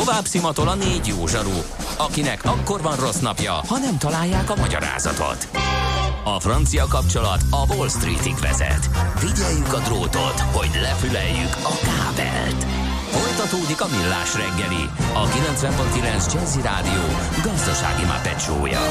Tovább szimatol a 4 jó zsaru, akinek akkor van rossz napja, ha nem találják a magyarázatot. A francia kapcsolat a Wall Streetig vezet. Figyeljük a drótot, hogy lefüleljük a kábelt. Folytatódik a Millás reggeli, a 90.9 Jazzy Rádió gazdasági mápecsója.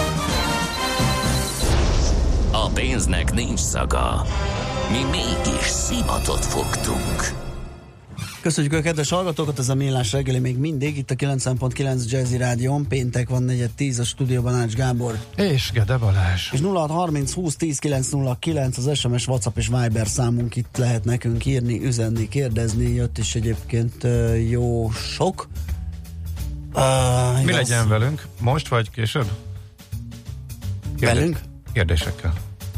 A pénznek nincs szaga. Mi mégis szimatot fogtunk. Köszönjük a kedves hallgatókat, ez a Millás reggeli még mindig, itt a 90.9 Jazzy Rádión, péntek van 4:10 a stúdióban Ács Gábor. És Gede Balázs. És 0630 20 10 909 az SMS, WhatsApp és Viber számunk, itt lehet nekünk írni, üzenni, kérdezni, jött is egyébként jó sok. Mi legyen velünk? Most vagy később? Velünk? Kérdésekkel.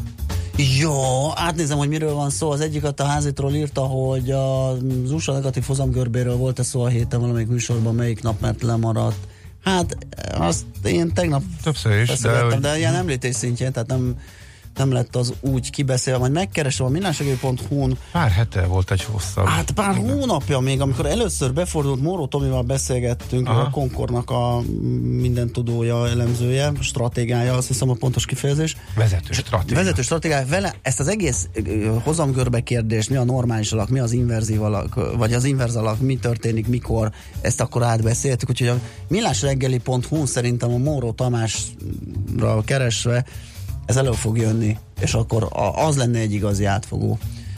Jó, átnézem, hogy miről van szó. Az egyiket a házitról írta, hogy az USA negatív hozamgörbéről volt szó a héten valamelyik műsorban, melyik nap, mert lemaradt. Hát, azt én tegnap többször is, de ilyen említés szintjén, tehát nem lett az úgy kibeszélve, majd megkeresem a millásreggeli.hu-n. Pár hete volt egy hosszabb. Hát pár hónapja még, amikor először befordult, Móró Tomival beszélgettünk, a Concordnak a mindentudója, elemzője, stratégája, azt hiszem a pontos kifejezés. Vezető stratégája. Vele ezt az egész hozamgörbe kérdést, mi a normális alak, mi az inverzív alak, vagy az inverz alak, mi történik, mikor, ezt akkor átbeszéltük, úgyhogy a millásreggeli.hu szerintem a Móró Tamásra keresve ez elő fog jönni, és akkor az lenne egy igazi átfogó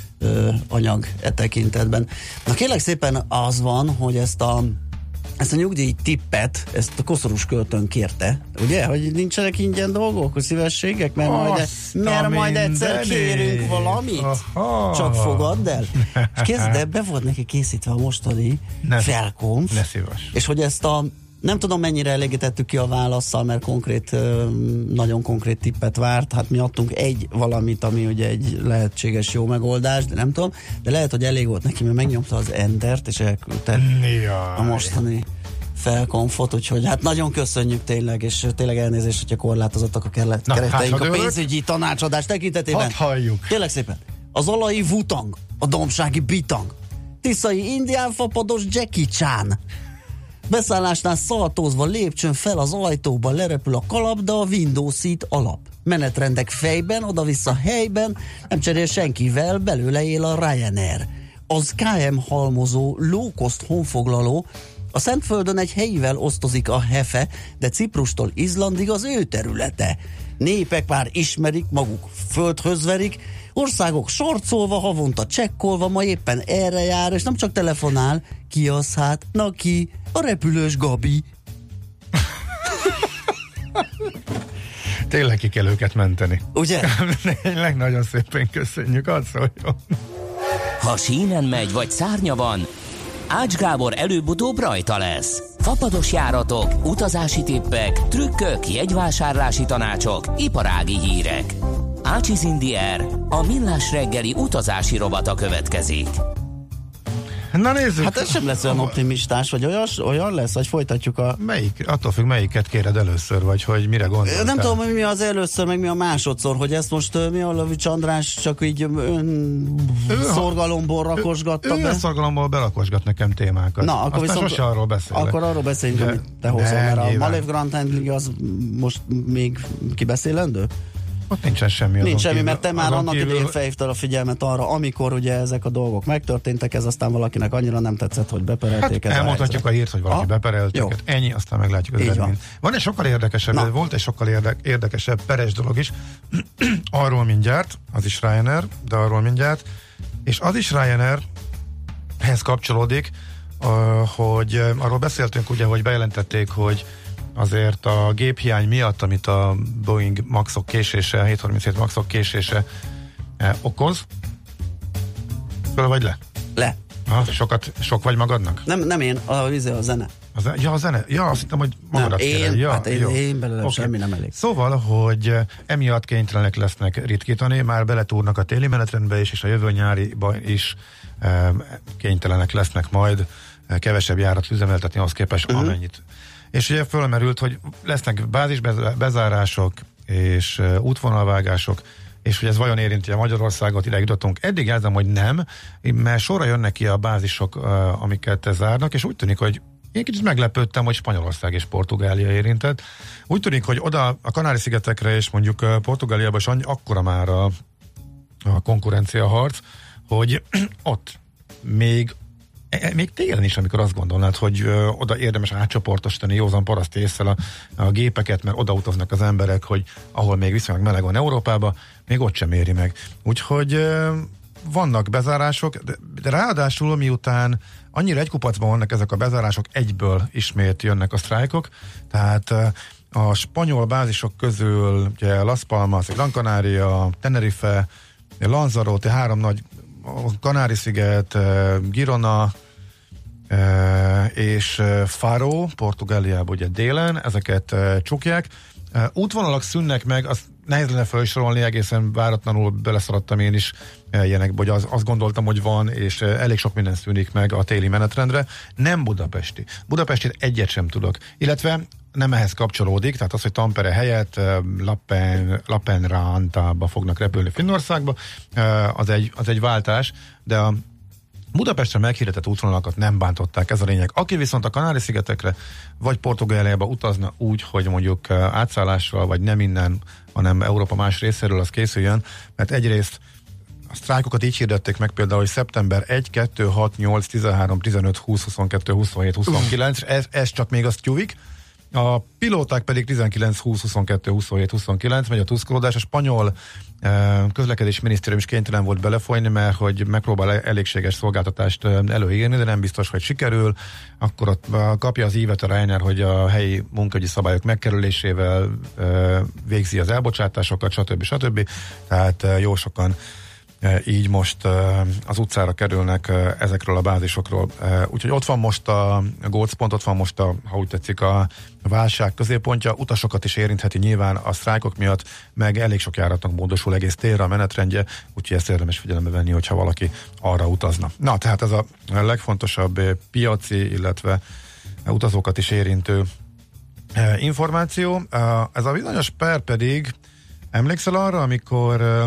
anyag e tekintetben. Na kérlek szépen az van, hogy ezt a nyugdíj tippet, ezt a Koszorús Költön kérte, ugye? Hogy nincsenek ingyen dolgok, szívességek, mert majd egyszer kérünk valamit. Aha. Csak fogadd el. És kezdve be volt neki készítve a mostani felkonf. Ne szíves. És hogy ezt nem tudom, mennyire elégítettük ki a válasszal, mert nagyon konkrét tippet várt. Hát mi adtunk egy valamit, ami ugye egy lehetséges jó megoldás, de nem tudom. De lehet, hogy elég volt neki, mert megnyomta az Entert, és elküldte a mostani felkonfot, úgyhogy hát nagyon köszönjük tényleg, és tényleg elnézést, hogyha korlátozottak a kereteink a pénzügyi tanácsadás tekintetében. Hadd halljuk. Kérlek szépen. Az alai Wutang, a dombsági Bitang, tiszai indián fapados Jackie Chan. Beszállásnál szaltózva lépcsőn fel az ajtóba lerepül a kalap, de a Windows Seat alap. Menetrendek fejben, oda-vissza helyben, nem cserél senkivel, belőle él a Ryanair. Az KM halmozó, low-cost honfoglaló, a Szentföldön egy helyivel osztozik a Hefe, de Ciprustól Izlandig az ő területe. Népek már ismerik, maguk földhöz verik, országok sorcolva, havonta csekkolva, ma éppen erre jár, és nem csak telefonál, ki az hát? Na ki? A repülős Gabi. Tényleg ki kell őket menteni. Ugye? Tényleg nagyon szépen köszönjük, az szóljon. Ha sínen megy, vagy szárnya van, Ács Gábor előbb-utóbb rajta lesz. Fapados járatok, utazási tippek, trükkök, jegyvásárlási tanácsok, iparági hírek. Ácsiz in the Air, a Millás reggeli utazási rovata következik. Na nézzük. Hát ez sem lesz olyan optimistás, vagy olyan lesz, vagy folytatjuk a... Attól függ, melyiket kéred először, vagy hogy mire gondoltál? Nem tudom, hogy mi az először, meg mi a másodszor, hogy ezt most mi a Lovics András csak így szorgalomból rakosgatta be. Szorgalomból berakosgat nekem témákat. Na, akkor viszont sose arról beszélek. Akkor arról beszéljünk, amit te hozol, mert a Malév Grant Handling az most még kibeszélendő? Ott nincsen semmi. Nincs semmi, mert te már annak idején felhívtad a figyelmet arra, amikor ugye ezek a dolgok megtörténtek, ez aztán valakinek annyira nem tetszett, hogy beperelték. Hát elmondhatjuk a hírt, hogy valaki beperelt őket. Ennyi, aztán meglátjuk az eredményt. Van egy sokkal érdekesebb, volt egy sokkal érdekesebb peres dolog is. Arról mindjárt, az is Ryanair, de arról mindjárt. És az is Ryanairhez kapcsolódik, hogy arról beszéltünk ugye, hogy bejelentették, hogy azért a géphiány miatt, amit a Boeing Maxok késése, 737 Maxok késése okoz. Föl vagy le? Le. Sok vagy magadnak? Nem én, a zene. A zene? Ja, azt hittem, hogy magadat kéred. Én belőlem semmi nem elég. Szóval, hogy emiatt kénytelenek lesznek ritkítani, már beletúrnak a téli menetrendbe is, és a jövő nyáriban is kénytelenek lesznek majd kevesebb járat üzemeltetni ahhoz képest, amennyit. És ugye fölmerült, hogy lesznek bázisbezárások és útvonalvágások, és hogy ez vajon érinti a Magyarországot, ide jutottunk. Eddig jelzem, hogy nem, mert sorra jönnek ki a bázisok, amiket zárnak, és úgy tűnik, hogy Én kicsit meglepődtem, hogy Spanyolország és Portugália érintett. Úgy tűnik, hogy oda a Kanári-szigetekre és mondjuk Portugáliában is akkora már a konkurencia harc, hogy ott még télen is, amikor azt gondolnád, hogy oda érdemes átcsoportosítani józan paraszt ésszel a gépeket, mert oda utaznak az emberek, hogy ahol még viszonylag meleg van Európában, még ott sem éri meg. Úgyhogy vannak bezárások, de ráadásul miután annyira egy kupacban vannak ezek a bezárások, egyből ismét jönnek a sztrájkok, tehát a spanyol bázisok közül ugye Las Palmas, Gran Canaria, Tenerife, Lanzarote, 3 nagy Kanári-sziget, Girona és Faro, Portugáliában ugye délen, ezeket csukják. Útvonalak szűnnek meg, azt nehéz lenne felsorolni, egészen váratlanul beleszaladtam én is ilyenekbe, hogy azt gondoltam, hogy van, és elég sok minden szűnik meg a téli menetrendre. Nem budapesti. Budapestét egyet sem tudok. Illetve nem ehhez kapcsolódik, tehát az, hogy Tampere helyett Lappeenrantába fognak repülni Finnországba, az egy váltás, de a Budapestre meghirdetett útvonalakat nem bántották, ez a lényeg. Aki viszont a Kanári-szigetekre vagy Portugáliába utazna úgy, hogy mondjuk átszállással, vagy nem innen, hanem Európa más részéről, az készüljön, mert egyrészt a sztrájkokat így hirdették meg például, hogy szeptember 1, 2, 6, 8, 13, 15, 20, 22, 27, 29, ez csak még azt tyúvik. A pilóták pedig 19, 20, 22, 27, 29, megy a tuszkolódás. A spanyol közlekedési minisztérium is kénytelen volt belefolyni, mert hogy megpróbál elégséges szolgáltatást előírni, de nem biztos, hogy sikerül. Akkor ott kapja az ívet a Ryanair, hogy a helyi munkahogyi szabályok megkerülésével végzi az elbocsátásokat, stb. Tehát jó sokan így most az utcára kerülnek ezekről a bázisokról. Úgyhogy ott van most a gócpont, ott van most ha úgy tetszik, a válság középpontja. Utasokat is érintheti nyilván a sztrájkok miatt, meg elég sok járatnak módosul egész térre a menetrendje, úgyhogy ezt érdemes figyelembe venni, hogyha valaki arra utazna. Na, tehát ez a legfontosabb piaci, illetve utazókat is érintő információ. Ez a bizonyos per pedig, emlékszel arra, amikor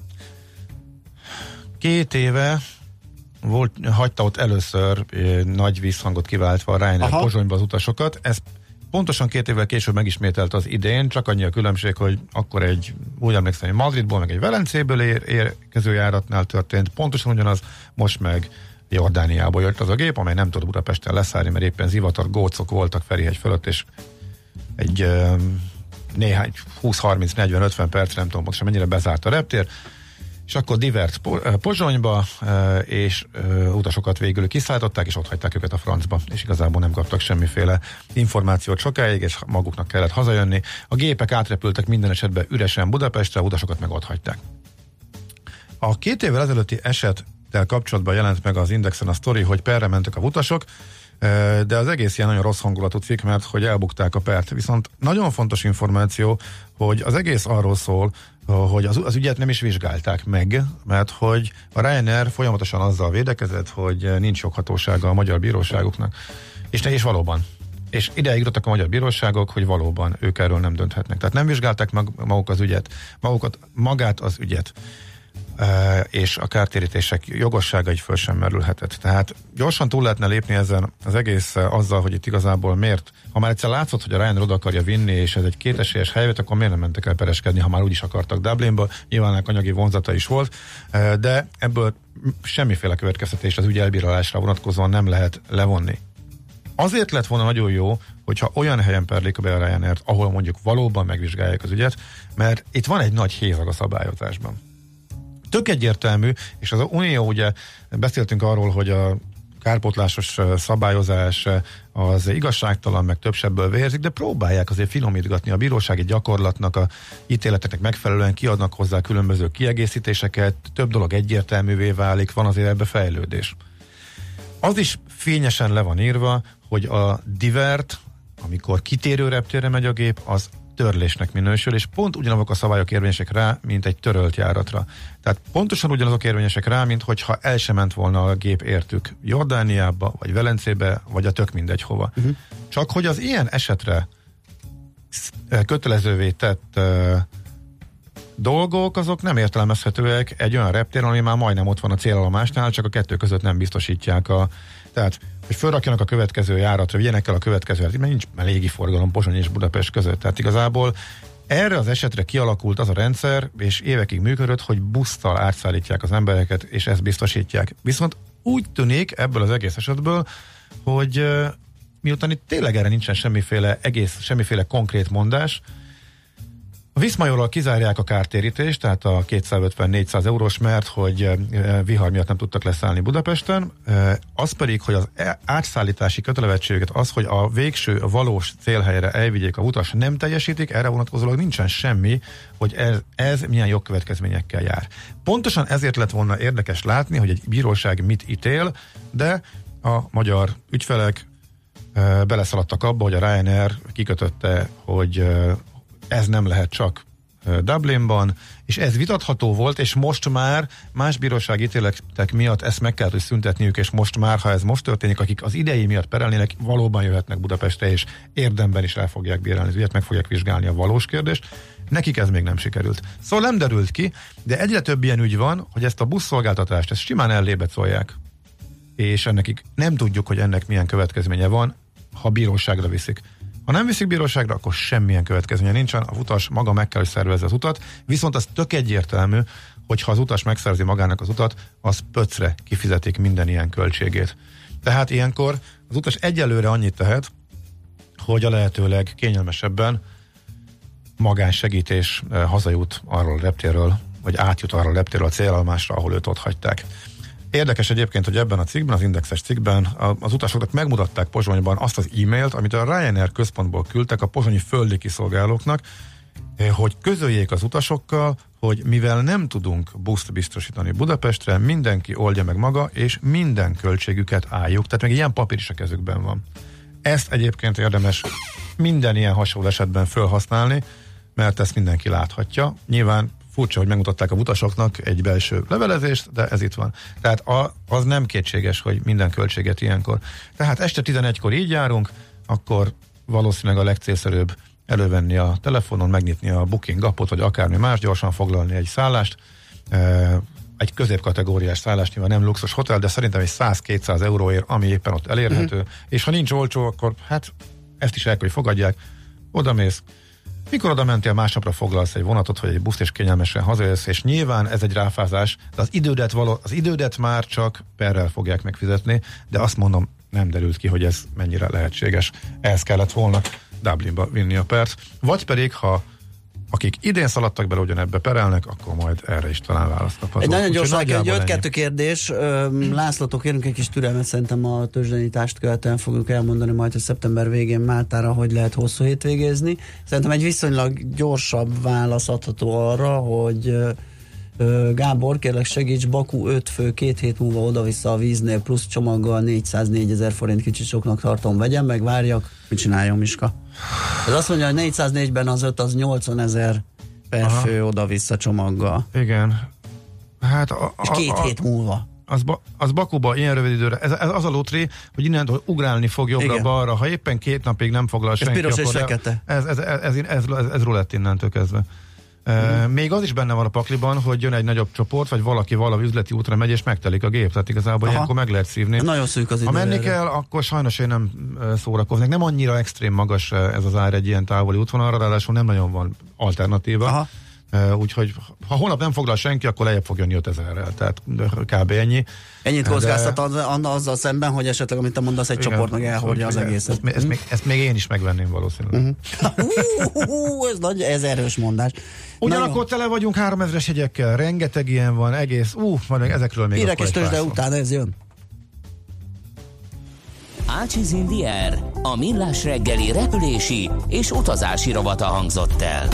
2 éve hagyta ott először nagy vízhangot kiváltva a Ryanair Pozsonyba az utasokat. Ez pontosan 2 évvel később megismételt az idén, csak annyi a különbség, hogy akkor úgy emlékszem, hogy Madridból, meg egy Velencéből érkező járatnál történt, pontosan ugyanaz, most meg Jordániából jött az a gép, amely nem tud Budapesten leszállni, mert éppen zivatar gócok voltak Ferihegy fölött, és egy néhány 20-30-40-50 perc, nem tudom pontosan mennyire bezárt a reptér, és akkor divert Pozsonyba, és utasokat végül kiszállították, és ott hagyták őket a francba, és igazából nem kaptak semmiféle információt sokáig, és maguknak kellett hazajönni. A gépek átrepültek minden esetben üresen Budapestre, utasokat meg ott hagyták. A 2 évvel ezelőtti esettel kapcsolatban jelent meg az Indexen a sztori, hogy perre mentek a utasok, de az egész ilyen nagyon rossz hangulatú cikk, mert hogy elbukták a pert. Viszont nagyon fontos információ, hogy az egész arról szól, hogy az ügyet nem is vizsgálták meg, mert hogy a Ryanair folyamatosan azzal védekezett, hogy nincs joghatósága a magyar bíróságoknak. És valóban. És ideig jutottak a magyar bíróságok, hogy valóban ők erről nem dönthetnek. Tehát nem vizsgálták maguk az ügyet, magát az ügyet. És a kártérítések jogossága így föl sem merülhetett. Tehát gyorsan túl lehetne lépni ezen az egész azzal, hogy itt igazából miért. Ha már egyszer látszott, hogy a Ryanair oda akarja vinni, és ez egy kétesélyes helyzet, akkor miért nem mentek el pereskedni, ha már úgyis akartak Dublinba, nyilván anyagi vonzata is volt, de ebből semmiféle következtetés az ügy elbírálásra vonatkozóan nem lehet levonni. Azért lett volna nagyon jó, hogyha olyan helyen perlik be a Ryanair-t, ahol mondjuk valóban megvizsgálják az ügyet, mert itt van egy nagy hézag a szabályozásban. Tök egyértelmű, és az Unió, ugye beszéltünk arról, hogy a kárpótlásos szabályozás az igazságtalan, meg több sebből vérzik, de próbálják azért finomítgatni a bírósági gyakorlatnak, a ítéleteknek megfelelően kiadnak hozzá különböző kiegészítéseket, több dolog egyértelművé válik, van azért ebbe fejlődés. Az is fényesen le van írva, hogy a divert, amikor kitérő reptérre megy a gép, az törlésnek minősül, és pont ugyanazok a szabályok érvényesek rá, mint egy törölt járatra. Tehát pontosan ugyanazok érvényesek rá, mint hogyha el sem ment volna a gép értük Jordániába, vagy Velencébe, vagy a tök mindegy hova. Csak hogy az ilyen esetre kötelezővé tett dolgok, azok nem értelmezhetőek egy olyan reptéren, ami már majdnem ott van a célállomásnál, csak a kettő között nem biztosítják tehát Tehát, hogy felrakjanak a következő járatra, vigyenek el a következő járat, mert nincs légi forgalom Pozsony és Budapest között. Tehát igazából erre az esetre kialakult az a rendszer, és évekig működött, hogy busszal átszállítják az embereket, és ezt biztosítják. Viszont úgy tűnik ebből az egész esetből, hogy miután itt tényleg erre nincsen semmiféle konkrét mondás, a Viszmajorral kizárják a kártérítést, tehát a 250-400 eurós, mert hogy vihar miatt nem tudtak leszállni Budapesten, az pedig, hogy az átszállítási kötelezettséget, az, hogy a végső, a valós célhelyre elvigyék a utas, nem teljesítik, erre vonatkozólag nincsen semmi, hogy ez milyen jogkövetkezményekkel jár. Pontosan ezért lett volna érdekes látni, hogy egy bíróság mit ítél, de a magyar ügyfelek beleszaladtak abba, hogy a Ryanair kikötötte, hogy ez nem lehet csak Dublinban, és ez vitatható volt, és most már más bírósági ítéletek miatt ezt meg kellett, hogy szüntetniük, és most már, ha ez most történik, akik az idei miatt perelnének, valóban jöhetnek Budapestre, és érdemben is el fogják bírálni, ügyet meg fogják vizsgálni a valós kérdést. Nekik ez még nem sikerült. Szóval nem derült ki, de egyre több ilyen ügy van, hogy ezt a buszszolgáltatást, ezt simán ellébecolják, és ennek nem tudjuk, hogy ennek milyen következménye van, ha bíróságra viszik. Ha nem viszik bíróságra, akkor semmilyen következménye nincsen, a utas maga meg kell, hogy szervezze az utat, viszont az tök egyértelmű, hogy ha az utas megszerzi magának az utat, az pöcre kifizetik minden ilyen költségét. Tehát ilyenkor az utas egyelőre annyit tehet, hogy a lehetőleg kényelmesebben magánsegítés hazajut arról a reptérről, vagy átjut arról a reptérről a célállomásra, ahol őt ott hagyták. Érdekes egyébként, hogy ebben a cikkben, az Indexes cikkben az utasoknak megmutatták Pozsonyban azt az e-mailt, amit a Ryanair központból küldtek a pozsonyi földi kiszolgálóknak, hogy közöljék az utasokkal, hogy mivel nem tudunk buszt biztosítani Budapestre, mindenki oldja meg maga, és minden költségüket álljuk. Tehát meg ilyen papír is a kezükben van. Ezt egyébként érdemes minden ilyen hasonló esetben felhasználni, mert ezt mindenki láthatja. Nyilván furcsa, hogy megmutatták a utasoknak egy belső levelezést, de ez itt van. Tehát az nem kétséges, hogy minden költséget ilyenkor. Tehát este 11-kor így járunk, akkor valószínűleg a legcélszerűbb elővenni a telefonon, megnyitni a booking appot, vagy akármi más, gyorsan foglalni egy szállást, egy középkategóriás szállás, nyilván nem luxus hotel, de szerintem egy 100-200 euróért, ami éppen ott elérhető. És ha nincs olcsó, akkor hát ezt is el kell, hogy fogadják, odamész. Mikor oda mentél, másnapra foglalsz egy vonatot, vagy egy buszt, és kényelmesen hazajössz, és nyilván ez egy ráfázás, de az idődet már csak perrel fogják megfizetni, de azt mondom, nem derült ki, hogy ez mennyire lehetséges. Ehhez kellett volna Dublinba vinni a pert. Vagy pedig, ha akik idén szaladtak bele, ugyanebbe perelnek, akkor majd erre is talán választ kaphatunk. Egy nagyon gyorsan, egy 5-2 kérdés. Lászlótól kérünk egy kis türelmet, szerintem a tőzsdenyítást követően fogjuk elmondani majd, hogy szeptember végén Máltára hogy lehet hosszú hétvégézni. Szerintem egy viszonylag gyorsabb válasz adható arra, hogy Gábor, kérlek segíts, Baku 5 fő, 2 hét múlva oda-vissza a víznél, plusz csomaggal 404 000 forint, kicsit soknak tartom, vegyem meg, várjak, mit csináljon Miska? Ez azt mondja, hogy 404-ben az 5 az 80 000 per fő oda-vissza csomaggal. Igen. Hát és 2 hét múlva. Az Bakuba ilyen rövid időre, ez az a lótri, hogy innentől ugrálni fog jobbra-balra, ha éppen 2 napig nem foglal senki, piros akkor és fekete. Ez rulett innentől kezdve. Még az is benne van a pakliban, hogy jön egy nagyobb csoport, vagy valaki valami üzleti útra megy, és megtelik a gép, tehát igazából ilyenkor meg lehet szívni. Nagyon szűk az idő. Ha menni kell, akkor sajnos én nem szórakoznék. Nem annyira extrém magas ez az ár egy ilyen távoli útvonalra, ráadásul nem nagyon van alternatíva. Úgyhogy ha holnap nem foglal senki, akkor lejjebb fog jönni 5000-rel, tehát kb. Ennyi. Ennyit kockáztat azzal szemben, hogy esetleg, amit te mondasz, egy csoportnak elhordja az egészet. Ezt még én is megvenném valószínűleg. Ez erős mondás. Ugyanakkor tele vagyunk 3000-es jegyekkel, rengeteg ilyen van, egész, majd meg ezekről még hírek és tőzsde után ez jön. Ácsiz Indiér, a millás reggeli repülési és utazási rovata hangzott el.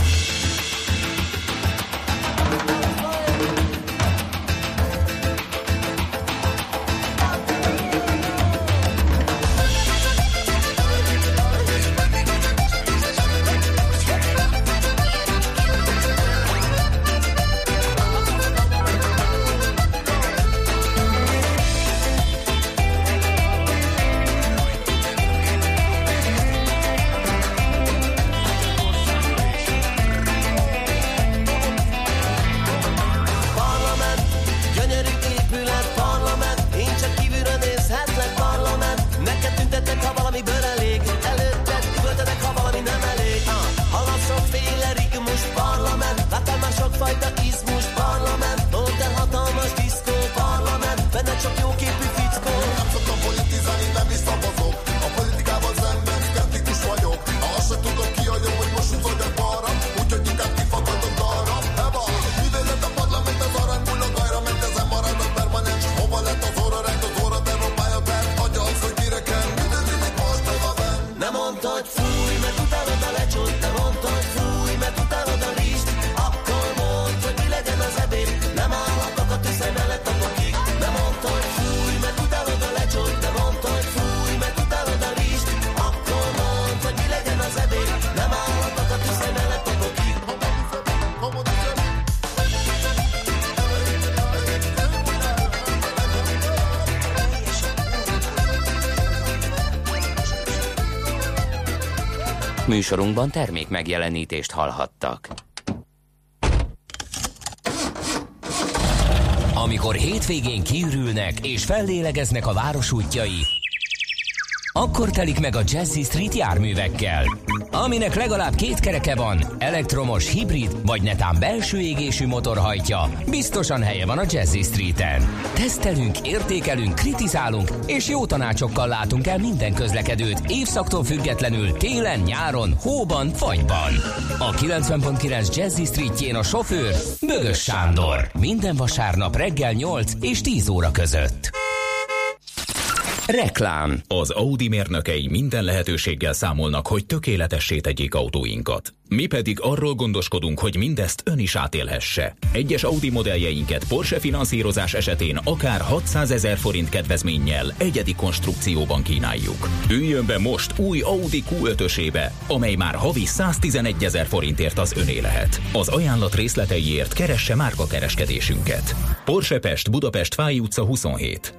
mondta, hogy fúj, mert utálod a lecsót, te mondta, hogy fúj, mert utálod a rizst. Akkor mondd, hogy mi legyen az ebéd, nem állhatok a tüsze mellett a pakik. Nem mondta, hogy fúj, mert utálod a lecsót, te mondta, hogy fúj, mert utálod a rizst. Akkor mondd, hogy mi legyen az ebéd, nem állhatok a tüsze mellett a pakik. Műsorunkban termék megjelenítést hallhattak. Amikor hétvégén kiürülnek és fellélegeznek a város útjai, akkor telik meg a Jazzy Street járművekkel. Aminek legalább 2 kereke van, elektromos, hibrid vagy netán belső égésű motor hajtja, biztosan helye van a Jazzy Streeten. Tesztelünk, értékelünk, kritizálunk és jó tanácsokkal látunk el minden közlekedőt évszaktól függetlenül télen, nyáron, hóban, fagyban. A 90.9 Jazzy Streetjén a sofőr Bögös Sándor. Minden vasárnap reggel 8 és 10 óra között. Reklám. Az Audi mérnökei minden lehetőséggel számolnak, hogy tökéletessé tegyék autóinkat. Mi pedig arról gondoskodunk, hogy mindezt ön is átélhesse. Egyes Audi modelljeinket Porsche finanszírozás esetén akár 600 000 forint kedvezménnyel egyedi konstrukcióban kínáljuk. Üljön be most új Audi Q5-ösébe, amely már havi 111 000 forintért az öné lehet. Az ajánlat részleteiért keresse márkakereskedésünket. Porsche Pest, Budapest, Fáy utca 27.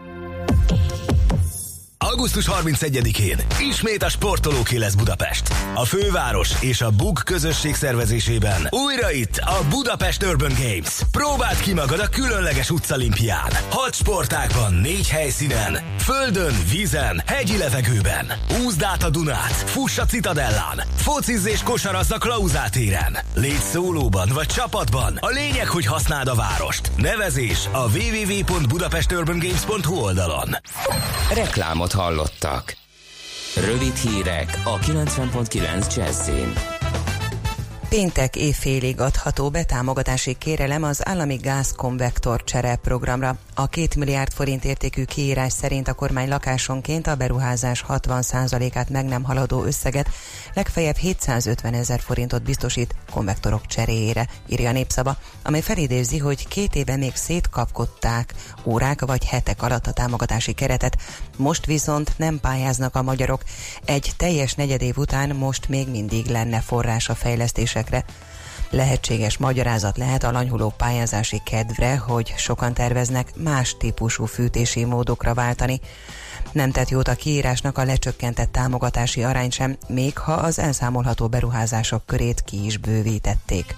Augusztus 31-én ismét a sportolóké lesz Budapest. A főváros és a BUG közösség szervezésében újra itt a Budapest Urban Games. Próbáld ki magad a különleges utcalimpián. 6 sportágban, 4 helyszínen, földön, vízen, hegyi levegőben. Úszd át a Dunát, fuss a Citadellán, focizz és kosarazz a Klauzál téren. Légy szólóban vagy csapatban, a lényeg, hogy használd a várost. Nevezés a www.budapesturbangames.hu oldalon. Reklámot hallottak. Rövid hírek a 90.9 Jazzyn. Péntek évfélig adható be támogatási kérelem az állami gázkonvektor csere programra. A 2 milliárd forint értékű kiírás szerint a kormány lakásonként a beruházás 60%-át meg nem haladó összeget, legfeljebb 750 000 forintot biztosít konvektorok cseréjére, írja a Népszava, amely felidézi, hogy 2 éve még szétkapkodták órák vagy hetek alatt a támogatási keretet, most viszont nem pályáznak a magyarok. Egy teljes negyedév után most még mindig lenne forrás a fejlesztésekre. Lehetséges magyarázat lehet a lanyhuló pályázási kedvre, hogy sokan terveznek más típusú fűtési módokra váltani. Nem tett jót a kiírásnak a lecsökkentett támogatási arány sem, még ha az elszámolható beruházások körét ki is bővítették.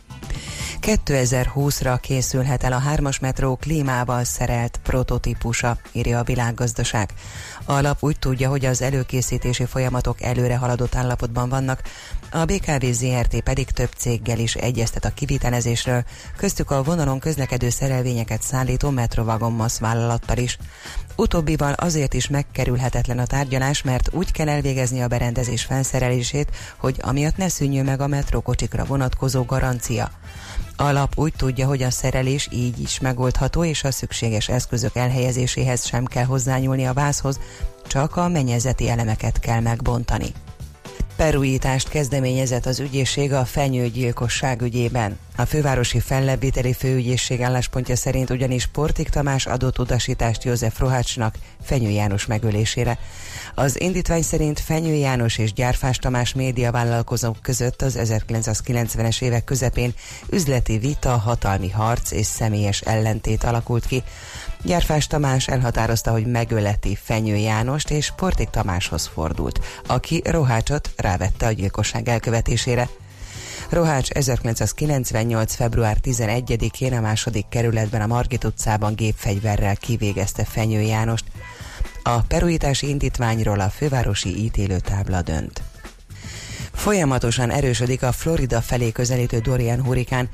2020-ra készülhet el a 3-as metró klímával szerelt prototípusa, írja a Világgazdaság. A lap úgy tudja, hogy az előkészítési folyamatok előre haladott állapotban vannak, a BKV ZRT pedig több céggel is egyeztet a kivitelezésről, köztük a vonalon közlekedő szerelvényeket szállító Metrovagonmasz vállalattal is. Utóbbival azért is megkerülhetetlen a tárgyalás, mert úgy kell elvégezni a berendezés felszerelését, hogy amiatt ne szűnjön meg a metrókocsikra vonatkozó garancia. A lap úgy tudja, hogy a szerelés így is megoldható, és a szükséges eszközök elhelyezéséhez sem kell hozzányúlni a vázhoz, csak a mennyezeti elemeket kell megbontani. Perújítást kezdeményezett az ügyészség a fenyőgyilkosság ügyében. A fővárosi fellebbviteli főügyészség álláspontja szerint ugyanis Portik Tamás adott utasítást József Rohácsnak Fenyő János megölésére. Az indítvány szerint Fenyő János és Gyárfás Tamás médiavállalkozók között az 1990-es évek közepén üzleti vita, hatalmi harc és személyes ellentét alakult ki. Gyárfás Tamás elhatározta, hogy megöleti Fenyő Jánost, és Portik Tamáshoz fordult, aki Rohácsot rávette a gyilkosság elkövetésére. Rohács 1998. február 11-én a 2. kerületben a Margit utcában gépfegyverrel kivégezte Fenyő Jánost. A perújítási indítványról a fővárosi ítélőtábla dönt. Folyamatosan erősödik a Florida felé közelítő Dorian hurrikán.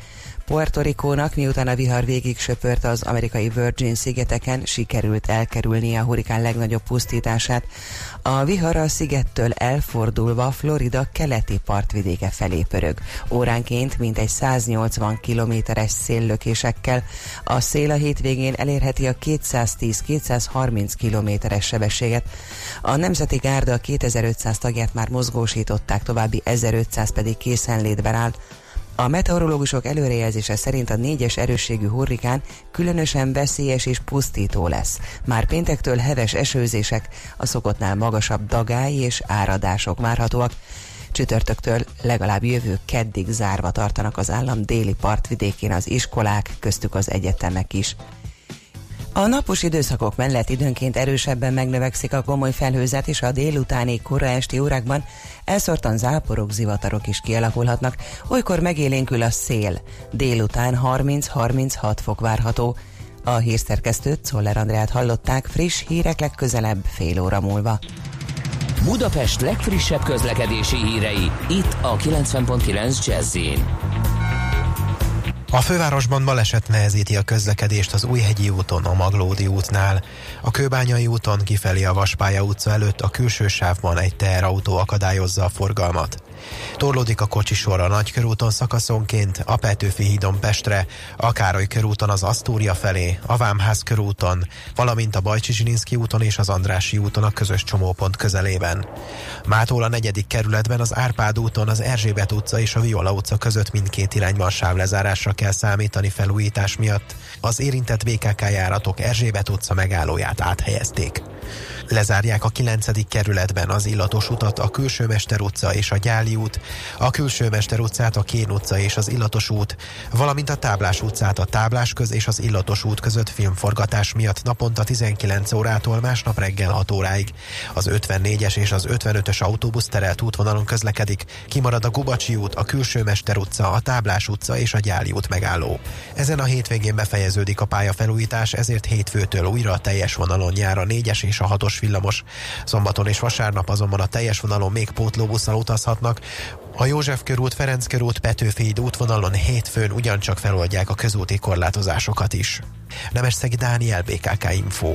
Puerto Ricónak, miután a vihar végig söpört az amerikai Virgin szigeteken, sikerült elkerülnie a hurrikán legnagyobb pusztítását. A vihar a szigettől elfordulva Florida keleti partvidéke felé pörög. Óránként mintegy 180 kilométeres széllökésekkel. A szél a hétvégén elérheti a 210-230 kilométeres sebességet. A Nemzeti Gárda 2500 tagját már mozgósították, további 1500 pedig készenlétben áll. A meteorológusok előrejelzése szerint a 4-es erősségű hurrikán különösen veszélyes és pusztító lesz. Már péntektől heves esőzések, a szokottnál magasabb dagály és áradások várhatóak. Csütörtöktől legalább jövő keddig zárva tartanak az állam déli partvidékén az iskolák, köztük az egyetemek is. A napos időszakok mellett időnként erősebben megnövekszik a komoly felhőzet, és a délutáni kora esti órákban elszórtan záporok, zivatarok is kialakulhatnak, olykor megélénkül a szél. Délután 30-36 fok várható. A hírszerkesztőt, Czoller Andrát hallották, friss hírek legközelebb fél óra múlva. Budapest legfrissebb közlekedési hírei, itt a 90.9 Jazz-in. A fővárosban baleset nehezíti a közlekedést az Újhegyi úton, a Maglódi útnál. A Kőbányai úton kifelé a Vaspálya utca előtt a külső sávban egy teherautó akadályozza a forgalmat. Torlódik a kocsisor a Nagykörúton szakaszonként, a Petőfi hídon Pestre, a Károly körúton az Asztória felé, a Vámház körúton, valamint a Bajcsi-Zsilinszky úton és az Andrássy úton a közös csomópont közelében. Mától a 4. kerületben az Árpád úton az Erzsébet utca és a Viola utca között mindkét irányban sávlezárásra kell számítani felújítás miatt. Az érintett BKK járatok Erzsébet utca megállóját áthelyezték. Lezárják a 9. kerületben az Illatos utat, a Külsőmester utca és a Gyáli út, a Külsőmester utcát, a Kén utca és az Illatos út, valamint a Táblás utcát a Táblásköz és az Illatos út között filmforgatás miatt naponta 19 órától másnap reggel 6 óráig. Az 54-es és az 55-ös autóbusz terelt útvonalon közlekedik, kimarad a Gubacsi út, a Külsőmester utca, a Táblás utca és a Gyáli út megálló. Ezen a hétvégén befejeződik a pályafelújítás, ezért hétfőtől újra a teljes vonalon jár a 4-es és a 6-os villamos. Szombaton és vasárnap azonban a teljes vonalon még pótlóbusszal utazhatnak. A József körút, Ferenc körút, Petőfi híd útvonalon hétfőn ugyancsak feloldják a közúti korlátozásokat is. Nemesszegi Dániel, BKK Info.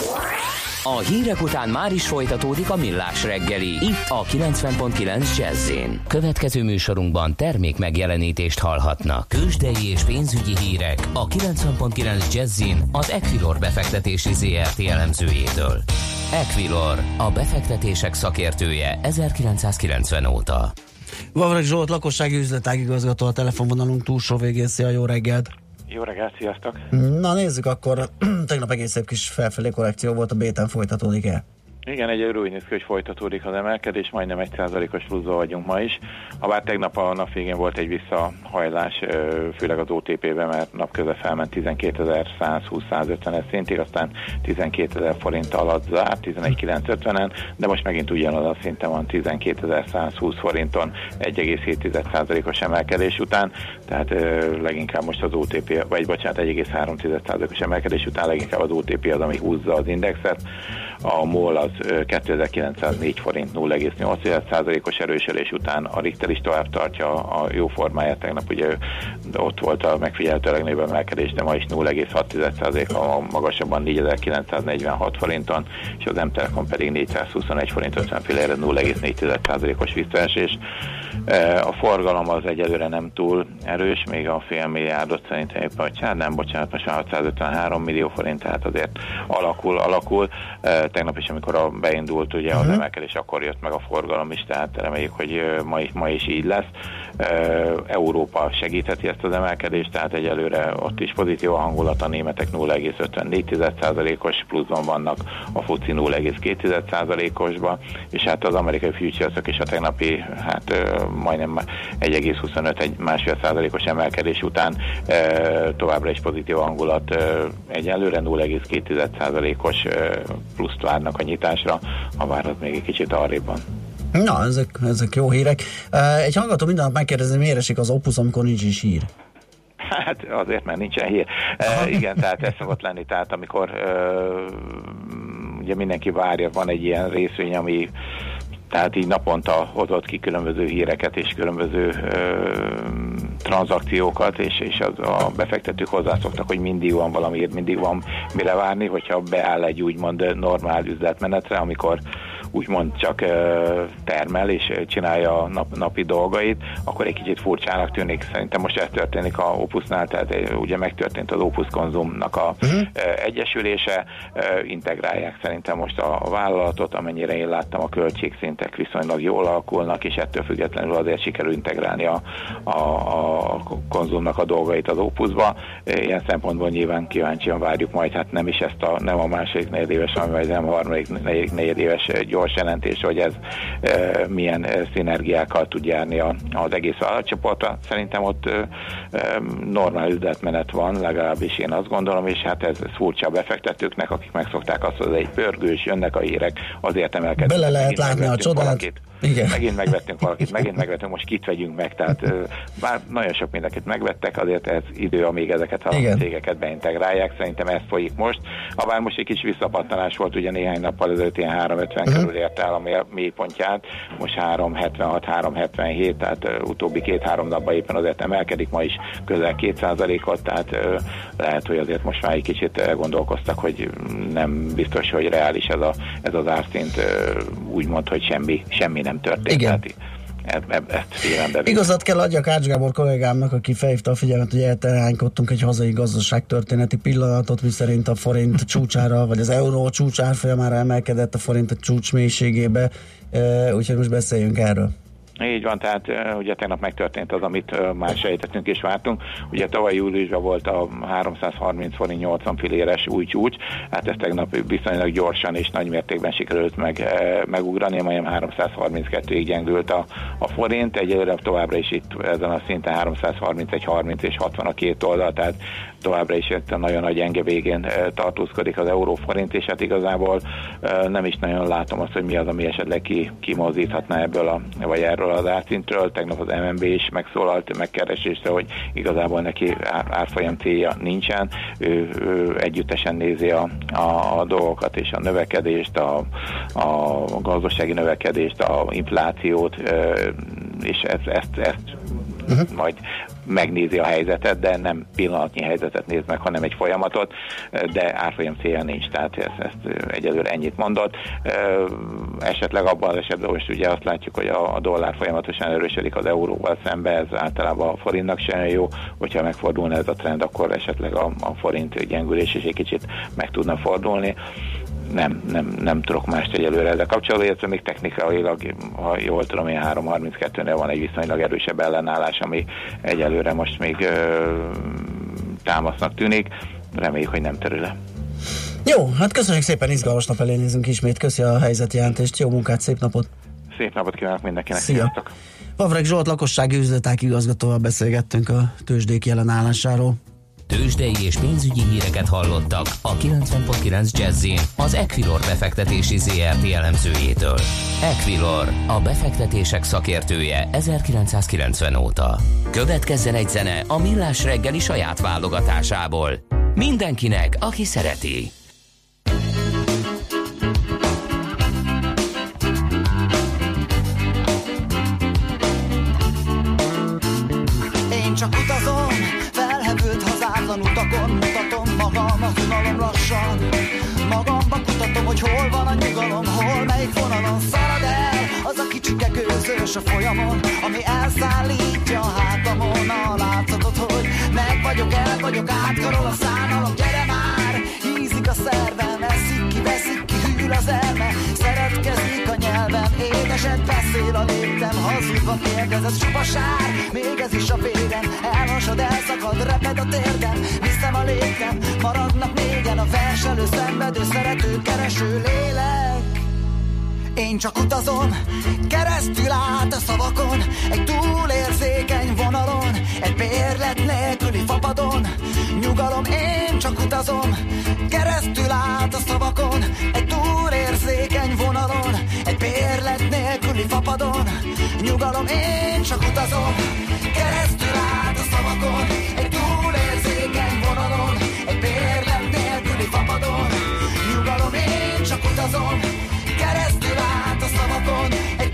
A hírek után már is folytatódik a Millás reggeli, itt a 90.9 Jazz-in. Következő műsorunkban termék megjelenítést hallhatnak. Tőzsdei és pénzügyi hírek a 90.9 Jazz-in az Equilor befektetési ZRT elemzőjétől. Equilor, a befektetések szakértője 1990 óta. Vavreg Zsolt, lakossági üzletágigazgató a telefonvonalunk túlsó végén. Szia, jó reggelt! Jó reggelt, sziasztok! Na nézzük akkor, tegnap egész szép kis felfelé korrekció volt, a B-ten folytatódik el? Igen, egyelőre úgy néz ki, hogy folytatódik az emelkedés, majdnem 1%-os pluszban vagyunk ma is. Habár tegnap a nap végén volt egy visszahajlás, főleg az OTP-ben, mert napközben felment 12.120-150-es szintig, aztán 12.000 forint alatt zárt, 11.950-en, de most megint ugyanaz a szinten van 12.120 forinton 1,7%-os emelkedés után, tehát leginkább most az OTP, vagy bocsánat, 1,3%-os emelkedés után leginkább az OTP az, ami húzza az indexet. A MOL az 2904 forint 0,8%-os erősödés után, a Richter is tovább tartja a jó formáját, tegnap ugye ott volt a megfigyelhető legnagyobb emelkedés, de ma is 0,6%-a magasabban 4946 forinton, és az M-Telekom pedig 421 forint 50 fillére 0,4%-os visszaesés. A forgalom az egyelőre nem túl erős, még a fél milliárdot szerintem éppen, bocsánat, most már 653 millió forint, tehát azért alakul. Tegnap is, amikor beindult ugye az emelkedés, akkor jött meg a forgalom is, tehát reméljük, hogy ma is így lesz. Európa segítheti ezt az emelkedést, tehát egyelőre ott is pozitív a hangulat, a németek 0,54%-os pluszban vannak, a FUCI 0,2%-osban, és hát az amerikai futuresok és a tegnapi majdnem 1,25, egy 1,5%-os emelkedés után továbbra is pozitív a hangulat, egyelőre 0,2%-os pluszt várnak a nyitásra, ha vár az még egy kicsit arrébb van. Na, ezek jó hírek. Egy hallgató minden nap megkérdezi, miért esik az Opus, amikor nincs is hír? Hát azért, mert nincsen hír. Igen, tehát ez szokott lenni, tehát amikor ugye mindenki várja, van egy ilyen részvény, ami Tehát így naponta hozott ki különböző híreket és különböző tranzakciókat, és a befektetők hozzászoktak, hogy mindig van valamiért, mindig van mire várni, hogyha beáll egy úgymond normál üzletmenetre, amikor úgymond csak termel és csinálja a napi dolgait, akkor egy kicsit furcsának tűnik. Szerintem most ez történik a Opusnál, tehát ugye megtörtént az Opus Konzumnak a egyesülése, integrálják szerintem most a vállalatot, amennyire én láttam, a költségszintek viszonylag jól alakulnak, és ettől függetlenül azért sikerül integrálni a Konzumnak a dolgait az Opusba. Ilyen szempontból nyilván kíváncsian várjuk majd, hát nem is nem a második negyedéves, vagy nem a harmadik negyedéves gyors jelentés, hogy ez milyen szinergiákkal tud járni az egész vállalatcsoportra. Szerintem ott normál üzletmenet van, legalábbis én azt gondolom, és hát ez furcsa a befektetőknek, akik megszokták azt, hogy egy pörgős, jönnek a hírek, azért emelkednek. Bele lehet látni a csodát. Igen. Megint megvettünk valakit, most kit vegyünk meg, tehát bár nagyon sok mindenkit megvettek, azért ez idő, amíg ezeket a cégeket beintegrálják, szerintem ez folyik most. Habár most egy kis visszapattanás volt, ugye néhány nappal ezelőtt ilyen 350 körül ért el a mélypontját, most 376, 377, tehát utóbbi 2-3 napban éppen azért emelkedik, ma is közel 2%-ot, tehát lehet, hogy azért most már egy kicsit elgondolkoztak, hogy nem biztos, hogy reális ez az árszint, úgymond, hogy semmi nem történt. Igen. Ezt figyelembe. Igazat kell adjak Ács Gábor kollégámnak, aki felhívta a figyelmet, hogy elteránykodtunk egy hazai gazdaságtörténeti pillanatot, miszerint a forint csúcsára, vagy az euró csúcsárfolyamára emelkedett a forint a csúcs mélységébe, úgyhogy most beszéljünk erről. Így van, tehát ugye tegnap megtörtént az, amit már sejtettünk és vártunk. Ugye tavaly júliusban volt a 330 forint 80 filléres új csúcs, hát ez tegnap viszonylag gyorsan és nagy mértékben sikerült megugrani, majdnem 332-ig gyengült a forint, egyelőre továbbra is itt ezen a szinten 331, 30 és 60 a két oldal, tehát továbbra is itt a nagyon nagy gyenge végén tartózkodik az euróforint, és hát igazából nem is nagyon látom azt, hogy mi az, ami esetleg kimozdíthatná ebből vagy erről az árszintről. Tegnap az MNB is megszólalt megkeresésre, hogy igazából neki árfolyam célja nincsen. Ő együttesen nézi a dolgokat és a növekedést, a gazdasági növekedést, a inflációt, és ezt majd megnézi a helyzetet, de nem pillanatnyi helyzetet néz meg, hanem egy folyamatot, de árfolyam célja nincs, tehát ezt egyelőre ennyit mondott. Esetleg abban az esetben most ugye azt látjuk, hogy a dollár folyamatosan erősödik az euróval szembe, ez általában a forintnak sem jó, hogyha megfordulna ez a trend, akkor esetleg a forint gyengülés is egy kicsit meg tudna fordulni. Nem tudok mást egyelőre ezzel kapcsolatban, illetve még technikailag, ha jól tudom, én 3.32-nél van egy viszonylag erősebb ellenállás, ami egyelőre most még támasznak tűnik. Reméljük, hogy nem terül le. Jó, hát köszönjük szépen, izgalmas nap elé nézünk ismét. Köszi a helyzetjelentést, jó munkát, szép napot! Szép napot kívánok mindenkinek! Szia! Vavreg Zsolt lakossági üzletág igazgatóval beszélgettünk a tőzsdék jelenállásáról. Tőzsdei és pénzügyi híreket hallottak a 90.9 Jazzin az Equilor befektetési ZRT elemzőjétől. Equilor, a befektetések szakértője 1990 óta. Következzen egy zene a Millás reggeli saját válogatásából. Mindenkinek, aki szereti. Én csak utazom, felhevült hazátlan utakon, mutatom magam az unalom lassan. Magamba kutatom, hogy hol van a nyugalom, hol melyik vonalon szalad el az a kicsike gőzös a folyamon, ami elszállítja a hátamon a látszatot, hogy meg vagyok, el vagyok, átkarol a szánalom. Gyere már, hízik a szervem, veszik ki, hűl az elme, szeretkezik a nyelvem, édeset beszél a léptem, hazudva kérdez, ez csupa sár, még ez is a végem, elhasad, elszakad, reped a térdem, viszem a léptem, maradnak négyen, a verselő, szenvedő, szerető, kereső lélek. Én csak utazom, keresztül át a szavakon, egy túlérzékeny vonalon, egy bérlet nélküli fapadon. Nyugalom, én csak utazom, keresztül át a szavakon, egy túlérzékeny vonalon, egy bérlet nélküli fapadon. Nyugalom, én csak utazom, keresztül át a szavakon, egy túlérzékeny vonalon, egy bérlet nélküli fapadon. Nyugalom, én csak utazom, keresztül át a szavakon,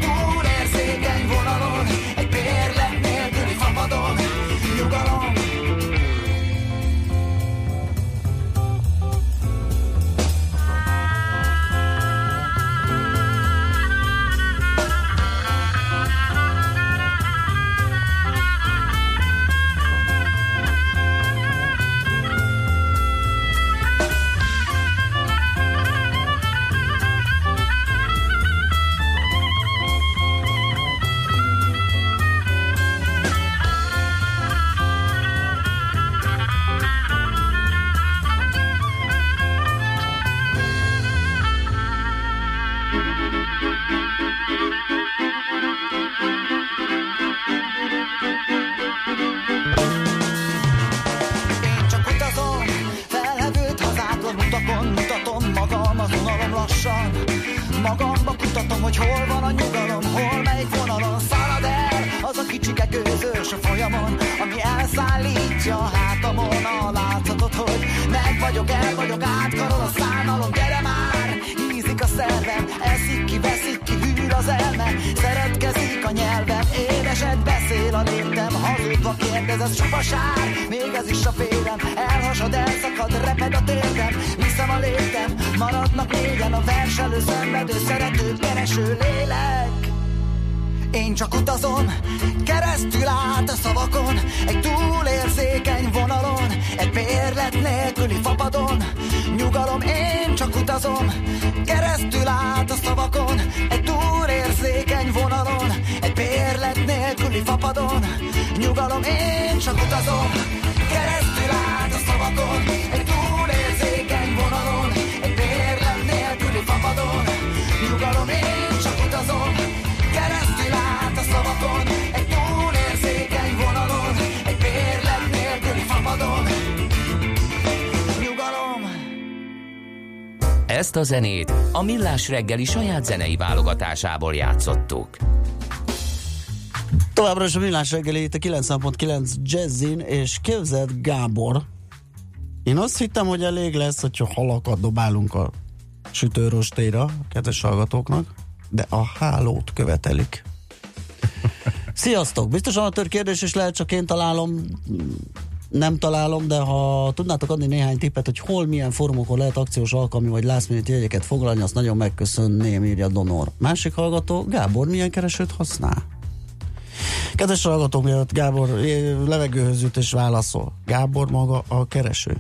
hogy hol van a nyugalom, hol melyik vonalon szalad el az a kicsike gőzős a folyamon, ami elszállítja a hátamon a látszatot, hogy meg vagyok, el vagyok, átkarol a szánalom, gyere már, hízik a szervem, eszik ki, veszik ki, hűl az elme, szeretkezik a nyelvem, édeset beszél a néptem, hazudva kérdez, ez csupa sár, még ez is a félem, elhasad, elszakad, reped a térdem, viszem a léptem, maradnak négyen a verselő, szenvedő, szerető, kereső lélek. Én csak utazom, keresztül át a szavakon, egy túlérzékeny vonalon, egy bérlet nélküli fapadon. Nyugalom, én csak utazom, keresztül át a szavakon, egy túlérzékeny vonalon, egy bérlet nélküli fapadon. Nyugalom, én csak utazom, keresztül át a szavakon, egy túlérzékeny vonalon, egy bérlet nélküli fapadon. Nyugalom, én csak utazom, keresztül át a szavakon, egy túlérzékeny vonalon, egy bérlet nélküli fapadon. Nyugalom. Ezt a zenét a Millás reggeli saját zenei válogatásából játszottuk. Továbbra is a Millás reggeli itt a 90.9 Jazzin, és képzeld, Gábor, én azt hittem, hogy elég lesz, hogyha halakat dobálunk a sütőrostéra a kedves hallgatóknak, de a hálót követelik. Sziasztok! Biztosan a kérdés is lehet, csak én nem találom, de ha tudnátok adni néhány tippet, hogy hol, milyen fórumokon lehet akciós alkalmi vagy last minute jegyeket foglalni, azt nagyon megköszönném, írja Donor. Másik hallgató, Gábor milyen keresőt használ? Kedves hallgatók, miatt Gábor levegőhöz jut és válaszol. Gábor maga a kereső.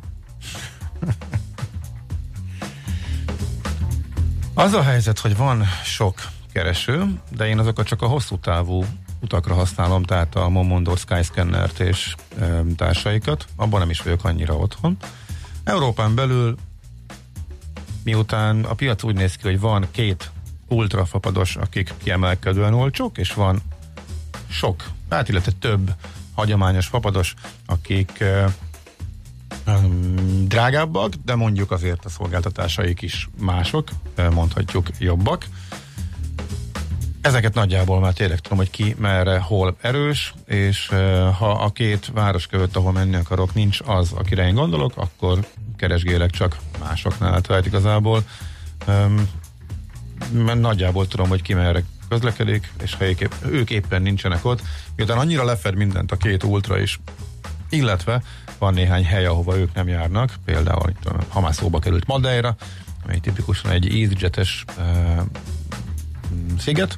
Az a helyzet, hogy van sok kereső, de én azokat csak a hosszú távú utakra használom, tehát a Momondor, Skyscannert és társaikat. Abban nem is vagyok annyira otthon. Európán belül, miután a piac úgy néz ki, hogy van két ultrafapados, akik kiemelkedően olcsók, és van sok, illetve több hagyományos fapados, akik drágábbak, de mondjuk azért a szolgáltatásaik is mások, mondhatjuk jobbak. Ezeket nagyjából már tényleg tudom, hogy ki merre, hol erős, és ha a két város között, ahol menni akarok, nincs az, akire én gondolok, akkor keresgélek csak másoknál, tehát igazából nagyjából tudom, hogy ki merre közlekedik, és ha ők éppen nincsenek ott, miután annyira lefed mindent a két ultra is, illetve van néhány hely, ahova ők nem járnak, például ha már szóba került Madeira, amely tipikusan egy EasyJet-es sziget,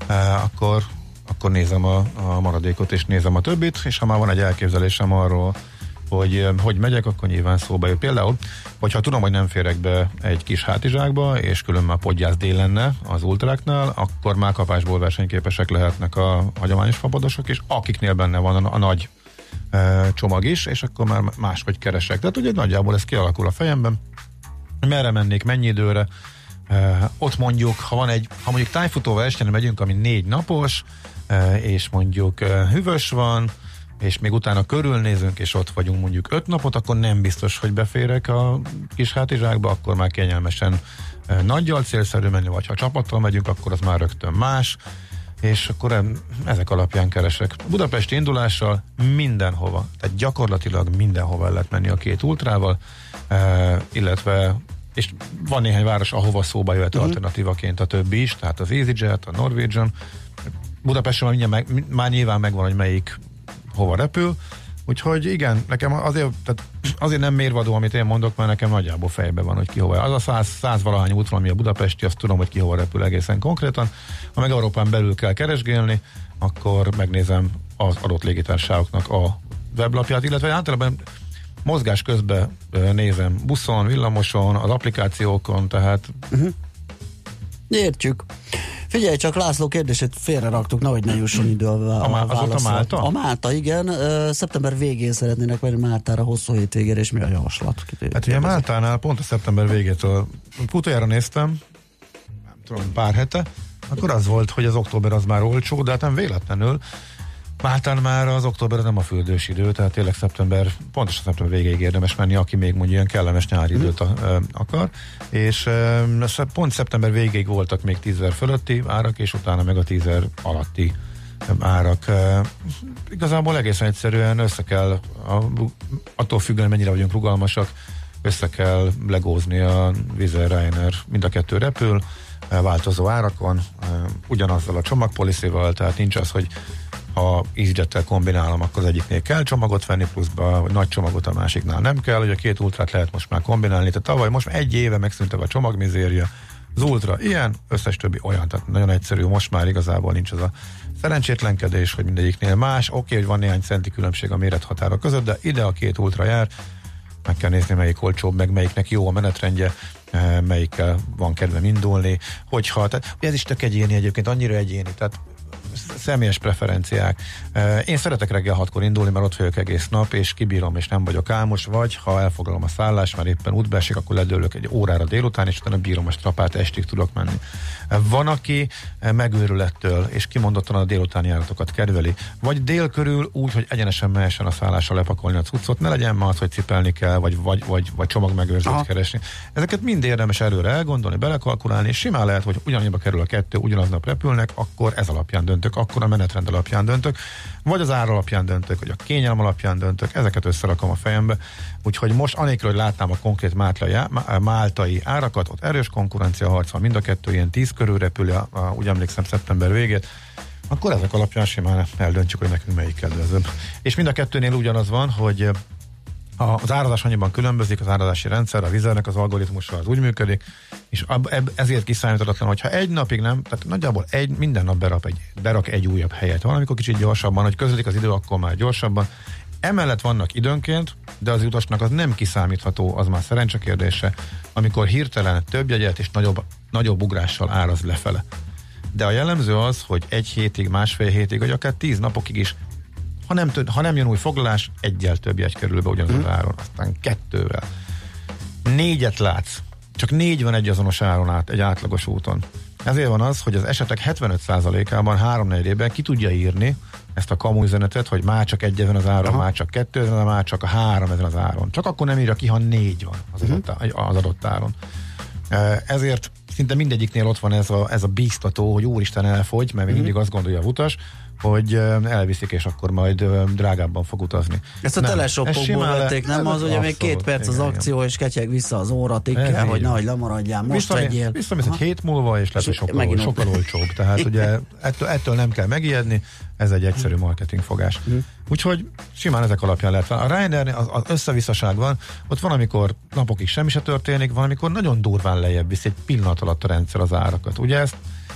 akkor nézem a maradékot és nézem a többit, és ha már van egy elképzelésem arról, hogy megyek, akkor nyilván szóba jön. Például, hogyha tudom, hogy nem férek be egy kis hátizsákba, és különben podgyász dél lenne az ultráknál, akkor már kapásból versenyképesek lehetnek a hagyományos fapadosok, és akiknél benne van a nagy csomag is, és akkor már máshogy keresek. Tehát ugye nagyjából ez kialakul a fejemben, merre mennék, mennyi időre. Ott mondjuk, ha mondjuk tájfutóval estére megyünk, ami 4 napos, és mondjuk hűvös van, és még utána körülnézünk, és ott vagyunk mondjuk 5 napot, akkor nem biztos, hogy beférek a kis hátizsákba, akkor már kényelmesen nagyjal célszerű menni, vagy ha csapattal megyünk, akkor az már rögtön más, és akkor ezek alapján keresek. Budapesti indulással mindenhova, tehát gyakorlatilag mindenhova el lehet menni a két ultrával, illetve és van néhány város, ahova szóba jöhet alternatívaként a többi is, tehát az EasyJet, a Norwegian. Budapesten már nyilván megvan, hogy melyik hova repül, úgyhogy igen, nekem azért nem mérvadó, amit én mondok, mert nekem nagyjából fejben van, hogy ki hova. Az a 100 valahány út van, ami a budapesti, azt tudom, hogy ki hova repül egészen konkrétan. Ha meg Európán belül kell keresgélni, akkor megnézem az adott légitársaságoknak a weblapját, illetve általában mozgás közben nézem buszon, villamoson, az applikációkon, tehát... Értjük. Figyelj csak, László kérdését félre raktuk, nehogy ne jusson idő a válaszra. A Málta? A Málta, igen. Szeptember végén szeretnének venni Máltára hosszú hétvégére, és mi a javaslat? Hát ugye Máltánál pont a szeptember végétől utoljára néztem, nem tudom, pár hete, akkor az volt, hogy az október az már olcsó, de hát nem véletlenül, Máltán már az október nem a fürdős idő, tehát tényleg pontosan szeptember végéig érdemes menni, aki még mondjuk ilyen kellemes nyári időt akar, és pont szeptember végéig voltak még 10.000 fölötti árak, és utána meg a 10.000 alatti árak. Igazából egészen egyszerűen össze kell, attól függően mennyire vagyunk rugalmasak, össze kell legózni a Wizz Air, Ryanair, mind a kettő repül, változó árakon, ugyanazzal a csomagpoliszival, tehát nincs az, hogy ha EasyJet-tel kombinálom, akkor az egyiknél kell csomagot venni pluszba, vagy nagy csomagot a másiknál nem kell, hogy a két ultrát lehet most már kombinálni, tehát tavaly most egy éve megszűnt a csomagmizéria, az ultra ilyen, összes többi olyan, tehát nagyon egyszerű, most már igazából nincs az a szerencsétlenkedés, hogy mindegyiknél más, oké, hogy van néhány centi különbség a mérethatárok között, de ide a két ultra jár, meg kell nézni, melyik olcsóbb, meg melyiknek jó a menetrendje, melyikkel van kedvem indulni, hogyha, tehát ez is tök egyéni egyébként, annyira egyéni, tehát személyes preferenciák. Én szeretek reggel 6-kor indulni, mert ott vagyok egész nap, és kibírom, és nem vagyok álmos, vagy ha elfoglalom a szállást, már éppen útba esik, akkor ledőlök egy órára délután, és utána bírom a strapát, estig tudok menni. Van, aki megőrül ettől, és kimondottan a délutáni járatokat kedveli. Vagy dél körül úgy, hogy egyenesen mehessen a szállással lepakolni a cuccot, ne legyen már az, hogy cipelni kell, vagy csomagmegőrzőt keresni. Ezeket mind érdemes előre elgondolni, belekalkulálni, és simán lehet, hogy ugyanannyiba kerül a kettő, ugyanaznap repülnek, akkor ez alapján döntök, akkor a menetrend alapján döntök, vagy az ár alapján döntök, vagy a kényelem alapján döntök, ezeket összerakom a fejembe. Úgyhogy most anélkül, hogy látnám a konkrét máltai árakat, ott erős konkurencia harc van, mind a kettő ilyen 10 körül repül, úgy emlékszem szeptember végét, akkor ezek alapján simán eldöntjük, hogy nekünk melyik kedvezőbb. És mind a kettőnél ugyanaz van, hogy az árazás annyiban különbözik, az árazási rendszer, a Wizz Airnek az algoritmusa az úgy működik, és ezért kiszámíthatatlan, hogyha egy napig nem, tehát nagyjából minden nap berak egy újabb helyet. Van, amikor kicsit gyorsabban, hogy közölik az idő, akkor már gyorsabban. Emellett vannak időnként, de az utasnak az nem kiszámítható, az már szerencse kérdése, amikor hirtelen több jegyet és nagyobb ugrással áraz lefele. De a jellemző az, hogy egy hétig, másfél hétig, vagy akár 10 napokig is, ha nem jön új foglalás, egyel több jegy kerül be ugyanaz az áron, aztán 2-vel. 4-et látsz, csak 4 van egy azonos áron át, egy átlagos úton. Ezért van az, hogy az esetek 75%-ában 3/4-ében ki tudja írni ezt a kamu üzenetet, hogy már csak 1 ezen az áron, már csak 2 ezen, már csak a 3 ezen az áron. Csak akkor nem írja ki, ha 4 van az adott áron. Ezért szinte mindegyiknél ott van ez a bíztató, hogy úristen elfogy, mert mindig azt gondolja a utas, hogy elviszik, és akkor majd drágábban fog utazni. Ezt a teleshopokból vették, nem? Az ugye még 2 perc az akció, és ketyeg vissza az óratikkel, hogy nehogy lemaradjál, most vegyél. Visszamész egy hét múlva, és lehet, hogy sokkal olcsóbb. Tehát ugye ettől nem kell megijedni, ez egy egyszerű marketingfogás. Úgyhogy simán ezek alapján lehet. A Ryanair az összevisszaság van, ott van, amikor napokig semmi se történik, van, amikor nagyon durván lejjebb visz egy pillanat alatt a rendszer az árakat. Ugye ezt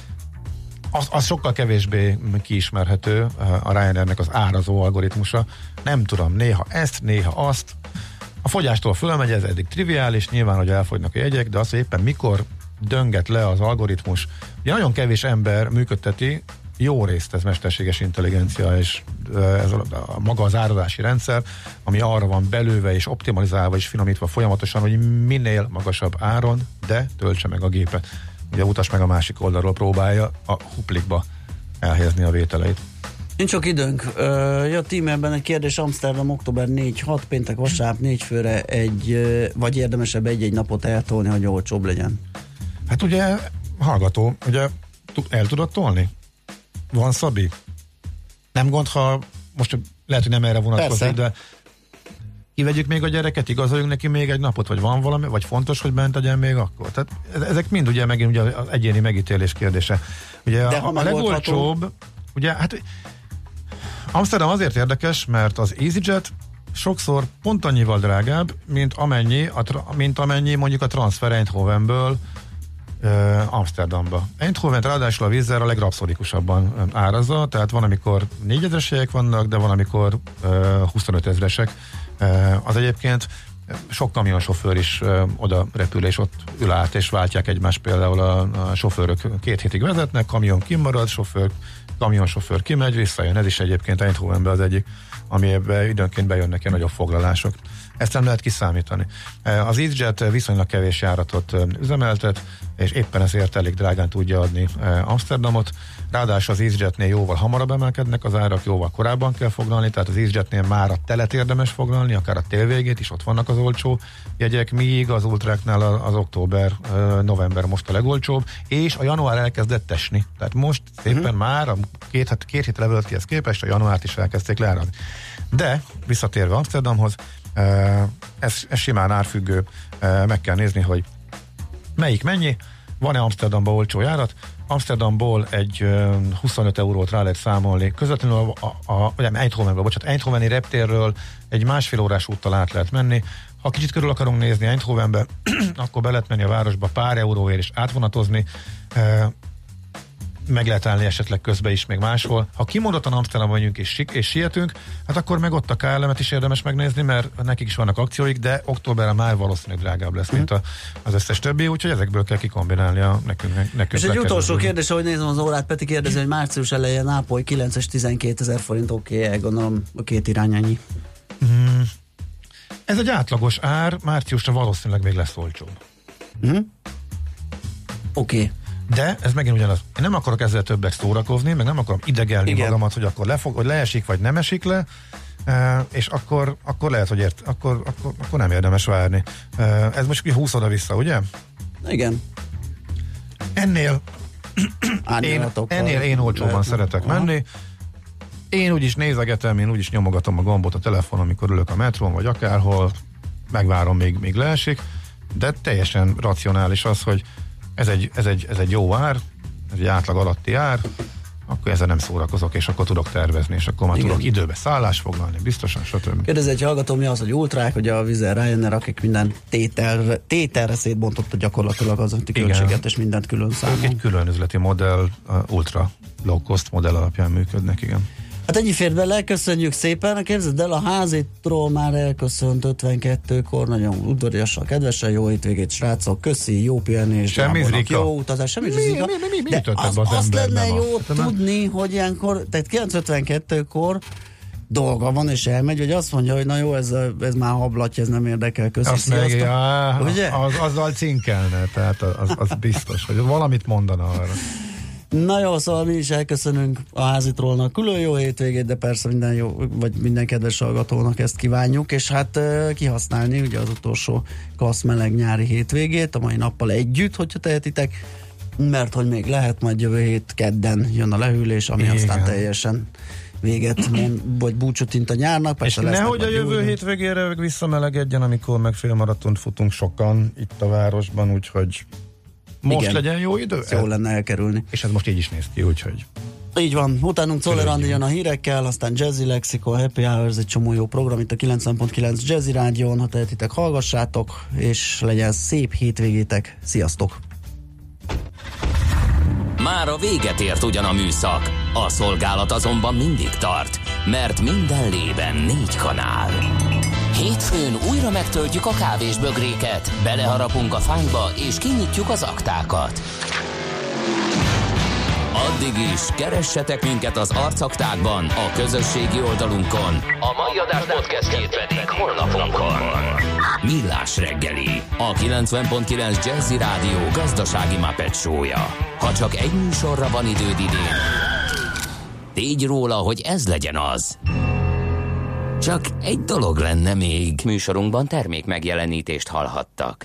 az sokkal kevésbé kiismerhető a Ryanairnek az árazó algoritmusa. Nem tudom, néha ezt, néha azt. A fogyástól fölmegy, ez eddig triviális, nyilván, hogy elfogynak a jegyek, de az, hogy éppen mikor dönget le az algoritmus. Ugye nagyon kevés ember működteti, jó részt ez mesterséges intelligencia, és ez maga az árazási rendszer, ami arra van belőve és optimalizálva és finomítva folyamatosan, hogy minél magasabb áron, de töltse meg a gépet. Ugye a utas meg a másik oldalról próbálja a huplikba elhelyezni a vételeit. Nincs sok időnk. Jött e-mailben egy kérdés, Amsterdam október 4-6, péntek vasárnap 4 főre vagy érdemesebb egy napot eltolni, hogy olcsóbb legyen? Hát ugye, hallgató, ugye el tudod tolni? Van Szabi? Nem gond, ha most lehet, hogy nem erre vonatkozik, de kivegyük még a gyereket, igazoljunk neki még egy napot, vagy van valami, vagy fontos, hogy bent legyen még akkor. Tehát ezek mind ugye megint ugye az egyéni megítélés kérdése. Ugye a legolcsóbb, ugye hát Amsterdam azért érdekes, mert az EasyJet sokszor pont annyival drágább, mint amennyi mondjuk a transfer Eindhovenből Amsterdamba. Eindhoven ráadásul a Wizz Air a legrapszodikusabban árazza, tehát van, amikor 4000-es jegyek vannak, de van, amikor 25 000-esek. Az egyébként sok kamionsofőr is oda repül, és ott ül át, és váltják egymást, például a sofőrök 2 hétig vezetnek, kamion kimarad, kamionsofőr kimegy, visszajön. Ez is egyébként Eindhovenben az egyik, ami ebben időnként bejönnek ilyen nagyobb foglalások. Ezt nem lehet kiszámítani. Az EasyJet viszonylag kevés járatot üzemeltet, és éppen ezért elég drágán tudja adni Amsterdamot. Ráadásul az EasyJetnél jóval hamarabb emelkednek az árak, jóval korábban kell foglalni, tehát az EasyJetnél már a telet érdemes foglalni, akár a tél végét is, ott vannak az olcsó jegyek, míg az Ultráknál az október, november most a legolcsóbb, és a január elkezdett esni. Tehát most szépen már a két héttel ezelőttihez képest a januárt is elkezdték leáradni. De visszatérve Amsterdamhoz, ez simán árfüggő, meg kell nézni, hogy melyik mennyi, van-e Amsterdamban olcsó járat. Amsterdamból egy 25 eurót rá lehet számolni, közvetlenül Eindhoveni reptérről egy másfél órás úttal át lehet menni. Ha kicsit körül akarunk nézni Eindhovenbe, akkor be lehet menni a városba pár euróért és átvonatozni, meg lehet állni esetleg közbe is még máshol. Ha kimondottan Amsterdamban vagyunk és sietünk, hát akkor meg ott a KLM-et is érdemes megnézni, mert nekik is vannak akcióik, de októberre már valószínűleg drágább lesz, mint az összes többi, úgyhogy ezekből kell kikombinálni nekünk. És egy utolsó kérdés, ahogy nézem az órát, Peti kérdezi, hogy március elején Nápoly 9 és 12 000 forint, oké, gondolom a két irány ennyi. Ez egy átlagos ár, márciusra valószínűleg még lesz olcsóbb. Oké. De ez megint ugyanaz. Én nem akarok ezzel többet szórakozni, meg nem akarom idegelni magamat, hogy akkor hogy leesik, vagy nem esik le, és akkor lehet, hogy akkor nem érdemes várni. Ez most 20 oda-vissza, ugye? Igen. Ennél én olcsóban szeretek menni. Én úgyis nézegetem, én úgyis nyomogatom a gombot a telefonon, amikor ülök a metrón, vagy akárhol, megvárom, még leesik, de teljesen racionális az, hogy ez egy jó ár, ez egy átlag alatti ár, akkor ezzel nem szórakozok, és akkor tudok tervezni, és akkor már tudok időbe szállást foglalni, biztosan, stb. Kérdez egy hallgató, mi az, hogy Ultrák, hogy a Wizz Air, Ryanair, akik minden tételre szétbontotta gyakorlatilag az költséget, és mindent külön számol. Egy külön üzleti modell, ultra low cost modell alapján működnek, igen. Hát ennyi fért bele, köszönjük szépen. Képzeld el, a házitról már elköszönt 52-kor, nagyon udvariasan, kedvesen, jó hétvégét, srácok, köszi, jó pihenés, jó utazás, semmi rizika. De azt lenne jó tudni, hogy ilyenkor, tehát 9:52-kor dolga van, és elmegy, hogy azt mondja, hogy na jó, ez már hablatja, ez nem érdekel, köszi, azt meg, azzal cinkelne, tehát az biztos, hogy valamit mondana arra. Na jó, szóval mi is elköszönünk a házitrónak. Külön jó hétvégét, de persze minden jó, vagy minden kedves hallgatónak ezt kívánjuk, és hát kihasználni ugye az utolsó klassz meleg nyári hétvégét, a mai nappal együtt, hogyha tehetitek, mert hogy még lehet, majd jövő hét kedden jön a lehűlés, ami aztán teljesen véget vagy búcsút int a nyárnak. És nehogy a jövő hétvégére visszamelegedjen, amikor meg félmaratont futunk sokan itt a városban, úgyhogy most legyen jó idő? Jó lenne elkerülni. És ez most így is néz ki, úgyhogy... Így van. Utánunk Czoller Andi jön a hírekkel, aztán Jazzy Lexikon, Happy Hours, egy csomó jó program itt a 90.9 Jazzy Rádión, ha tehetitek, hallgassátok, és legyen szép hétvégétek. Sziasztok! Már a véget ért ugyan a műszak, a szolgálat azonban mindig tart, mert minden lében 4 kanál. Hétfőn újra megtöltjük a kávésbögréket, beleharapunk a fányba és kinyitjuk az aktákat. Addig is keressetek minket az arcaktákban, a közösségi oldalunkon, a mai adás podcastjét pedig honlapunkon. Millás reggeli, a 90.9 Jazzy Rádió gazdasági Muppet show-ja. Ha csak egy műsorra van időd idén, tégy róla, hogy ez legyen az. Csak egy dolog lenne még. Műsorunkban termék megjelenítést hallhattak.